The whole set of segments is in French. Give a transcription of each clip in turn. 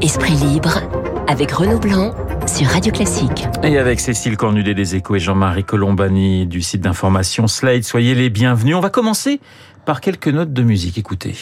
Esprit libre avec Renaud Blanc sur Radio Classique. Et avec Cécile Cornudet des Échos et Jean-Marie Colombani du site d'information Slate. Soyez les bienvenus. On va commencer par quelques notes de musique. Écoutez.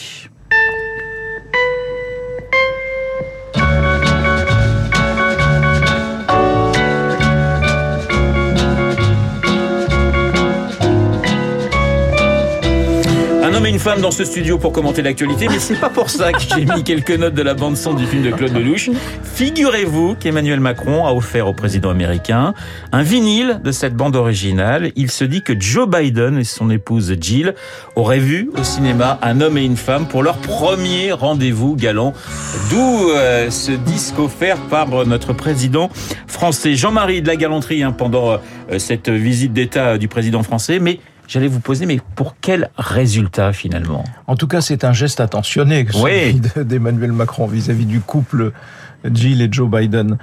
Un homme et une femme dans ce studio pour commenter l'actualité, mais c'est pas pour ça que j'ai mis quelques notes de la bande-son du film de Claude Lelouch. Figurez-vous qu'Emmanuel Macron a offert au président américain un vinyle de cette bande originale. Il se dit que Joe Biden et son épouse Jill auraient vu au cinéma Un homme et une femme pour leur premier rendez-vous galant. D'où ce disque offert par notre président français. Jean-Marie, de la galanterie pendant cette visite d'État du président français, mais j'allais vous poser, mais pour quel résultat finalement ? En tout cas, c'est un geste attentionné celui d'Emmanuel Macron vis-à-vis du couple Jill et Joe Biden.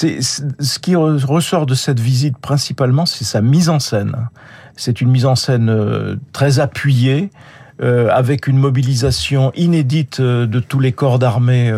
Ce qui ressort de cette visite principalement, c'est sa mise en scène. C'est une mise en scène très appuyée, avec une mobilisation inédite de tous les corps d'armée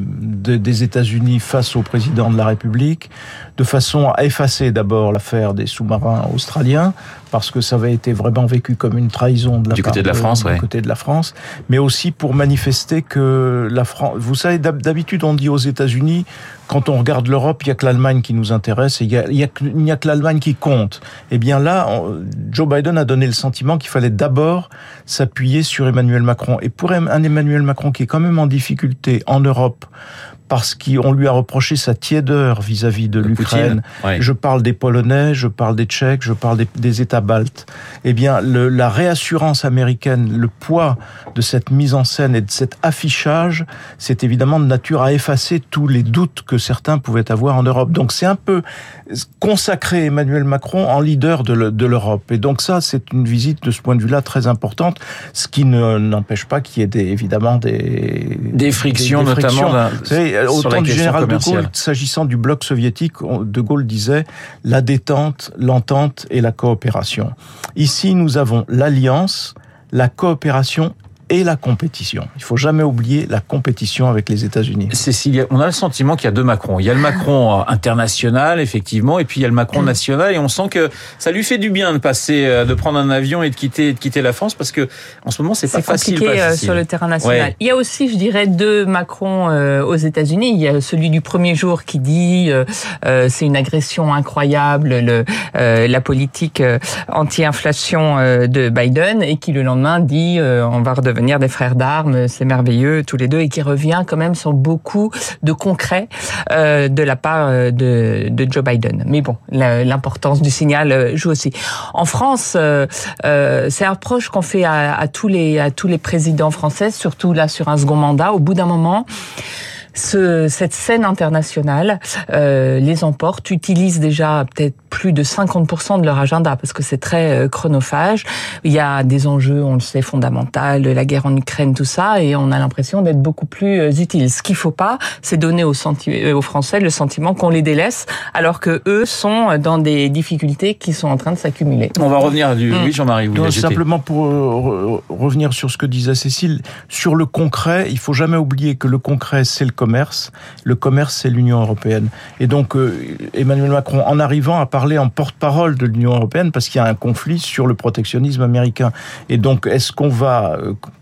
des États-Unis face au président de la République, de façon à effacer d'abord l'affaire des sous-marins australiens, parce que ça avait été vraiment vécu comme une trahison de la du part côté de la France, du côté de la France, mais aussi pour manifester que la France. Vous savez, d'habitude on dit aux États-Unis, quand on regarde l'Europe, il y a que l'Allemagne qui nous intéresse, et il n'y a que l'Allemagne qui compte. Eh bien là, Joe Biden a donné le sentiment qu'il fallait d'abord s'appuyer sur Emmanuel Macron. Et pour un Emmanuel Macron qui est quand même en difficulté en Europe, parce qu'on lui a reproché sa tiédeur vis-à-vis de l'Ukraine. Ouais. Je parle des Polonais, je parle des Tchèques, je parle des États baltes. Eh bien, la réassurance américaine, le poids de cette mise en scène et de cet affichage, c'est évidemment de nature à effacer tous les doutes que certains pouvaient avoir en Europe. Donc c'est un peu consacrer Emmanuel Macron en leader de l'Europe. Et donc ça, c'est une visite de ce point de vue-là très importante, ce qui n'empêche pas qu'il y ait évidemment des frictions, notamment. Vous savez, au temps du général de Gaulle, s'agissant du bloc soviétique, de Gaulle disait la détente, l'entente et la coopération. Ici, nous avons l'alliance, la coopération et la compétition. Il ne faut jamais oublier la compétition avec les États-Unis. Cécile, on a le sentiment qu'il y a deux Macron. Il y a le Macron international, effectivement, et puis il y a le Macron national, et on sent que ça lui fait du bien de prendre un avion et de quitter la France, parce que en ce moment, c'est pas facile. Sur le terrain national. Ouais. Il y a aussi, je dirais, deux Macron aux États-Unis. Il y a celui du premier jour qui dit c'est une agression incroyable, la politique anti-inflation de Biden, et qui le lendemain dit on va redevenir des frères d'armes, c'est merveilleux tous les deux, et qui revient quand même sur beaucoup de concret de la part de Joe Biden. Mais bon, l'importance du signal joue aussi. En France, c'est un reproche qu'on fait à tous les présidents français, surtout là sur un second mandat. Au bout d'un moment, cette scène internationale les emporte, utilise déjà peut-être plus de 50% de leur agenda, parce que c'est très chronophage. Il y a des enjeux, on le sait, fondamentaux, la guerre en Ukraine, tout ça, et on a l'impression d'être beaucoup plus utile. Ce qu'il faut pas, c'est donner aux Français le sentiment qu'on les délaisse, alors que eux sont dans des difficultés qui sont en train de s'accumuler. On va revenir oui, Jean-Marie, vous simplement pour revenir sur ce que disait Cécile, sur le concret, il faut jamais oublier que le concret, c'est le commerce, c'est l'Union européenne. Et donc, Emmanuel Macron, en arrivant, a parlé en porte-parole de l'Union européenne parce qu'il y a un conflit sur le protectionnisme américain. Et donc, est-ce qu'on va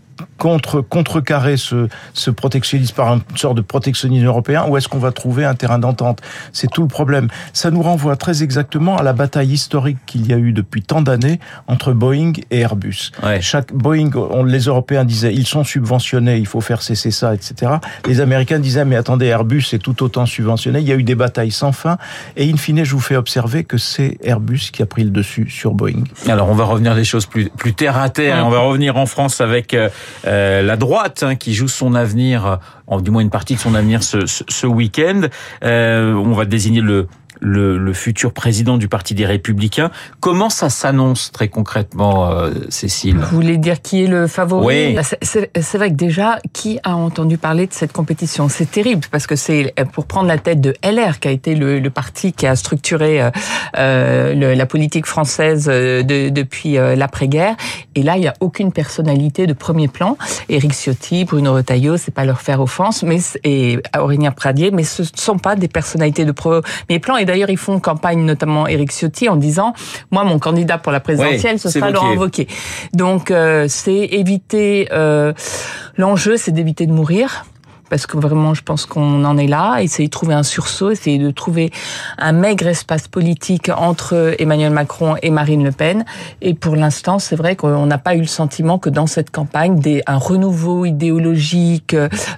contrecarrer ce protectionnisme par une sorte de protectionnisme européen, ou est-ce qu'on va trouver un terrain d'entente ? C'est tout le problème. Ça nous renvoie très exactement à la bataille historique qu'il y a eu depuis tant d'années entre Boeing et Airbus. Ouais. Boeing, les Européens disaient ils sont subventionnés, il faut faire cesser ça, etc. Les Américains disaient mais attendez, Airbus est tout autant subventionné. Il y a eu des batailles sans fin, et in fine, je vous fais observer que c'est Airbus qui a pris le dessus sur Boeing. Alors on va revenir des choses plus terre à terre. On va revenir en France avec la droite qui joue son avenir, du moins une partie de son avenir ce week-end. On va désigner le futur président du Parti des Républicains. Comment ça s'annonce très concrètement, Cécile ? Vous voulez dire qui est le favori ? Oui. C'est vrai que déjà, qui a entendu parler de cette compétition ? C'est terrible parce que c'est pour prendre la tête de LR, qui a été le parti qui a structuré la politique française depuis l'après-guerre. Et là, il n'y a aucune personnalité de premier plan. Éric Ciotti, Bruno Retailleau, c'est pas leur faire offense, et Aurélien Pradier, mais ce ne sont pas des personnalités de premier plan. Et d'ailleurs, ils font campagne, notamment Éric Ciotti, en disant « Moi, mon candidat pour la présidentielle, ce sera Laurent Wauquiez ». Donc, c'est éviter... l'enjeu, c'est d'éviter de mourir. Parce que vraiment, je pense qu'on en est là. Essayer de trouver un sursaut, essayer de trouver un maigre espace politique entre Emmanuel Macron et Marine Le Pen. Et pour l'instant, c'est vrai qu'on n'a pas eu le sentiment que dans cette campagne, un renouveau idéologique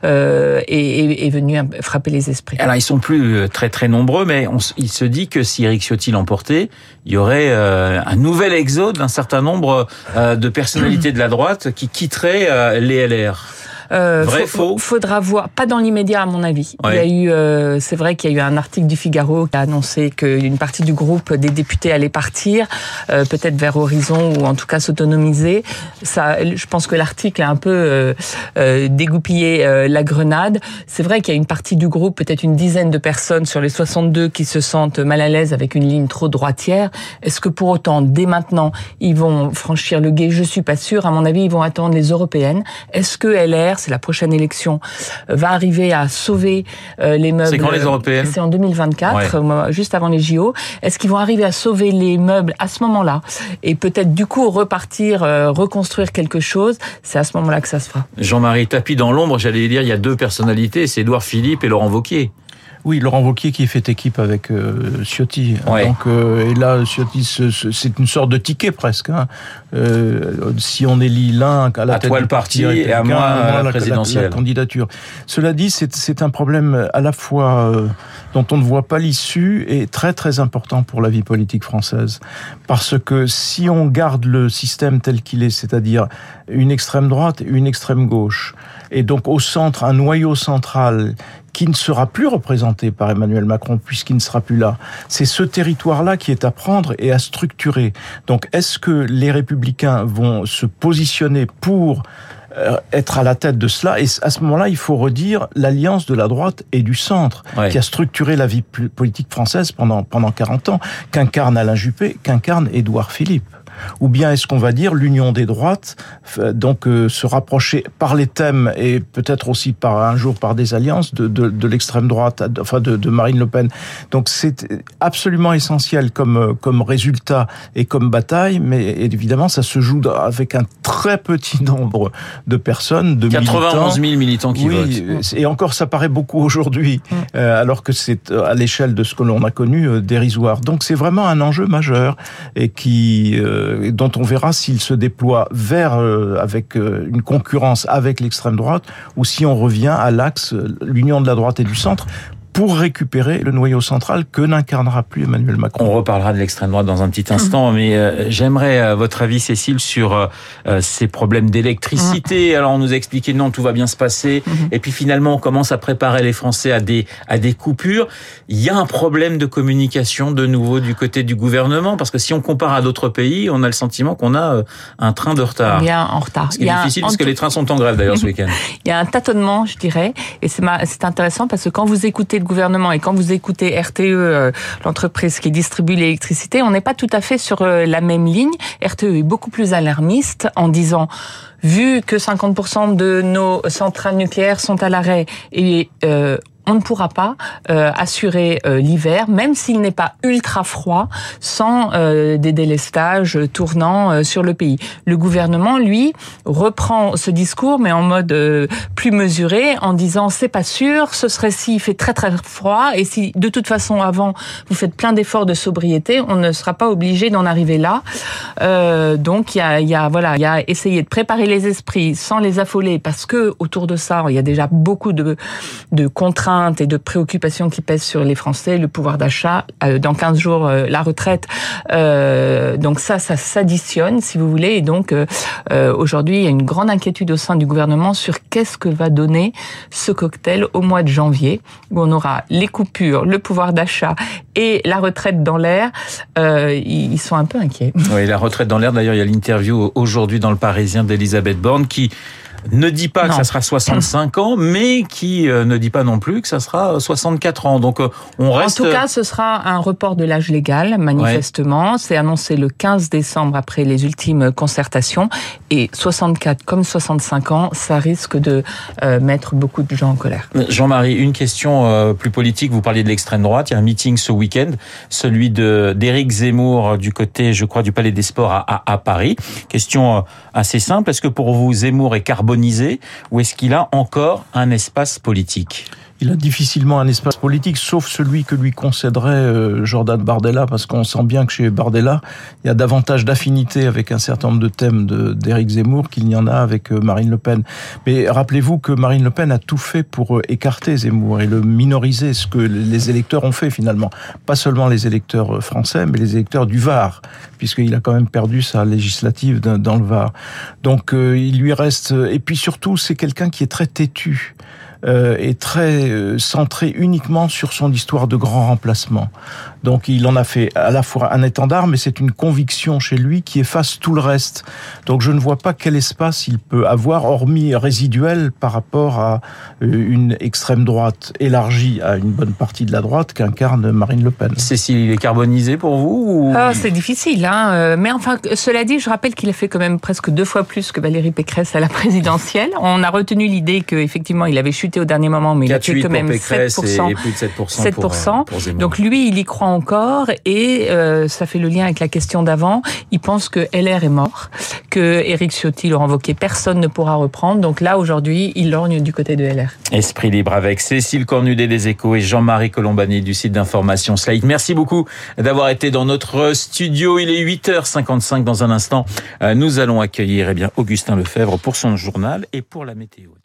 est venu frapper les esprits. Alors, ils sont plus très très nombreux, mais il se dit que si Éric Ciotti l'emportait, il y aurait un nouvel exode d'un certain nombre de personnalités de la droite qui quitteraient les LR. Vrai, faux ? Faudra voir, pas dans l'immédiat à mon avis. Ouais. Il y a eu, c'est vrai qu'il y a eu un article du Figaro qui a annoncé qu'une partie du groupe des députés allait partir, peut-être vers Horizon ou en tout cas s'autonomiser. Ça, je pense que l'article a un peu dégoupillé la grenade. C'est vrai qu'il y a une partie du groupe, peut-être une dizaine de personnes sur les 62 qui se sentent mal à l'aise avec une ligne trop droitière. Est-ce que pour autant, dès maintenant, ils vont franchir le gué ? Je suis pas sûre. À mon avis, ils vont attendre les européennes. Est-ce que LR, c'est la prochaine élection, va arriver à sauver les meubles. C'est quand les européennes ? C'est en 2024, juste avant les JO. Est-ce qu'ils vont arriver à sauver les meubles à ce moment-là ? Et peut-être du coup repartir, reconstruire quelque chose. C'est à ce moment-là que ça se fera. Jean-Marie, tapis dans l'ombre, j'allais dire, il y a deux personnalités, c'est Édouard Philippe et Laurent Wauquiez. Oui, Laurent Wauquiez qui fait équipe avec Ciotti. Ouais. Donc, et là, Ciotti, c'est une sorte de ticket presque. Hein. Si on élit l'un à la tête toi du le parti et à moi la présidentielle. La candidature. Cela dit, c'est un problème à la fois dont on ne voit pas l'issue et très très important pour la vie politique française. Parce que si on garde le système tel qu'il est, c'est-à-dire une extrême droite et une extrême gauche, et donc au centre, un noyau central qui ne sera plus représenté par Emmanuel Macron puisqu'il ne sera plus là. C'est ce territoire-là qui est à prendre et à structurer. Donc, est-ce que les Républicains vont se positionner pour être à la tête de cela? Et à ce moment-là, il faut redire l'alliance de la droite et du centre qui a structuré la vie politique française pendant 40 ans, qu'incarne Alain Juppé, qu'incarne Édouard Philippe. Ou bien est-ce qu'on va dire l'union des droites, donc se rapprocher par les thèmes et peut-être aussi un jour par des alliances de l'extrême droite, enfin de Marine Le Pen. Donc c'est absolument essentiel comme résultat et comme bataille, mais évidemment ça se joue avec un très petit nombre de personnes, de 91 000 militants qui votent. Et encore ça paraît beaucoup aujourd'hui, alors que c'est à l'échelle de ce que l'on a connu dérisoire. Donc c'est vraiment un enjeu majeur et dont on verra s'il se déploie vers avec une concurrence avec l'extrême droite ou si on revient à l'axe l'union de la droite et du centre pour récupérer le noyau central que n'incarnera plus Emmanuel Macron. On reparlera de l'extrême droite dans un petit instant, mais j'aimerais votre avis, Cécile, sur ces problèmes d'électricité. Alors, on nous a expliqué, non, tout va bien se passer, et puis finalement, on commence à préparer les Français à des coupures. Il y a un problème de communication de nouveau du côté du gouvernement, parce que si on compare à d'autres pays, on a le sentiment qu'on a un train de retard. Bien en retard. Ce qui est difficile, parce que les trains sont en grève, d'ailleurs, ce week-end. Il y a un tâtonnement, je dirais, et c'est intéressant, parce que quand vous écoutez le gouvernement et quand vous écoutez RTE, l'entreprise qui distribue l'électricité, on n'est pas tout à fait sur la même ligne. RTE est beaucoup plus alarmiste en disant, vu que 50% de nos centrales nucléaires sont à l'arrêt et on ne pourra pas assurer l'hiver, même s'il n'est pas ultra froid, sans des délestages tournant sur le pays. Le gouvernement, lui, reprend ce discours, mais en mode plus mesuré, en disant c'est pas sûr, ce serait s'il fait très très froid, et si de toute façon avant vous faites plein d'efforts de sobriété, on ne sera pas obligé d'en arriver là. Donc il y a essayé de préparer les esprits sans les affoler, parce que autour de ça il y a déjà beaucoup de contraintes craintes et de préoccupations qui pèsent sur les Français, le pouvoir d'achat, dans 15 jours, la retraite. Donc ça s'additionne, si vous voulez. Et donc, aujourd'hui, il y a une grande inquiétude au sein du gouvernement sur qu'est-ce que va donner ce cocktail au mois de janvier, où on aura les coupures, le pouvoir d'achat et la retraite dans l'air. Ils sont un peu inquiets. Oui, la retraite dans l'air. D'ailleurs, il y a l'interview aujourd'hui dans Le Parisien d'Elisabeth Borne qui ne dit pas que ça sera 65 ans, mais qui ne dit pas non plus que ça sera 64 ans. Donc on reste... En tout cas, ce sera un report de l'âge légal, manifestement. Ouais. C'est annoncé le 15 décembre après les ultimes concertations. Et 64 comme 65 ans, ça risque de mettre beaucoup de gens en colère. Jean-Marie, une question plus politique. Vous parliez de l'extrême droite. Il y a un meeting ce week-end, celui d'Éric Zemmour du côté, je crois, du Palais des Sports à Paris. Question assez simple. Est-ce que pour vous, Zemmour est carbonisé ou est-ce qu'il a encore un espace politique ? Il a difficilement un espace politique, sauf celui que lui concéderait Jordan Bardella, parce qu'on sent bien que chez Bardella, il y a davantage d'affinité avec un certain nombre de thèmes d'Éric Zemmour qu'il n'y en a avec Marine Le Pen. Mais rappelez-vous que Marine Le Pen a tout fait pour écarter Zemmour et le minoriser, ce que les électeurs ont fait finalement. Pas seulement les électeurs français, mais les électeurs du Var, puisqu'il a quand même perdu sa législative dans le Var. Donc il lui reste... Et puis surtout, c'est quelqu'un qui est très têtu. Est très centré uniquement sur son histoire de grand remplacement. Donc il en a fait à la fois un étendard, mais c'est une conviction chez lui qui efface tout le reste. Donc je ne vois pas quel espace il peut avoir, hormis résiduel par rapport à une extrême droite élargie à une bonne partie de la droite qu'incarne Marine Le Pen. Cécile, il est carbonisé pour vous ou... C'est difficile, hein. Mais enfin, cela dit, je rappelle qu'il a fait quand même presque 2 fois plus que Valérie Pécresse à la présidentielle. On a retenu l'idée qu'effectivement, il avait chuté au dernier moment, mais il a fait quand même 7%. Et plus de 7% pour Zemmour. Donc lui, il y croit encore et ça fait le lien avec la question d'avant. Il pense que LR est mort, que Éric Ciotti, Laurent Wauquiez, personne ne pourra reprendre. Donc là, aujourd'hui, il lorgne du côté de LR. Esprit libre avec Cécile Cornudet des Échos et Jean-Marie Colombani du site d'information Slate. Merci beaucoup d'avoir été dans notre studio. Il est 8h55 dans un instant. Nous allons accueillir Augustin Lefebvre pour son journal et pour la météo.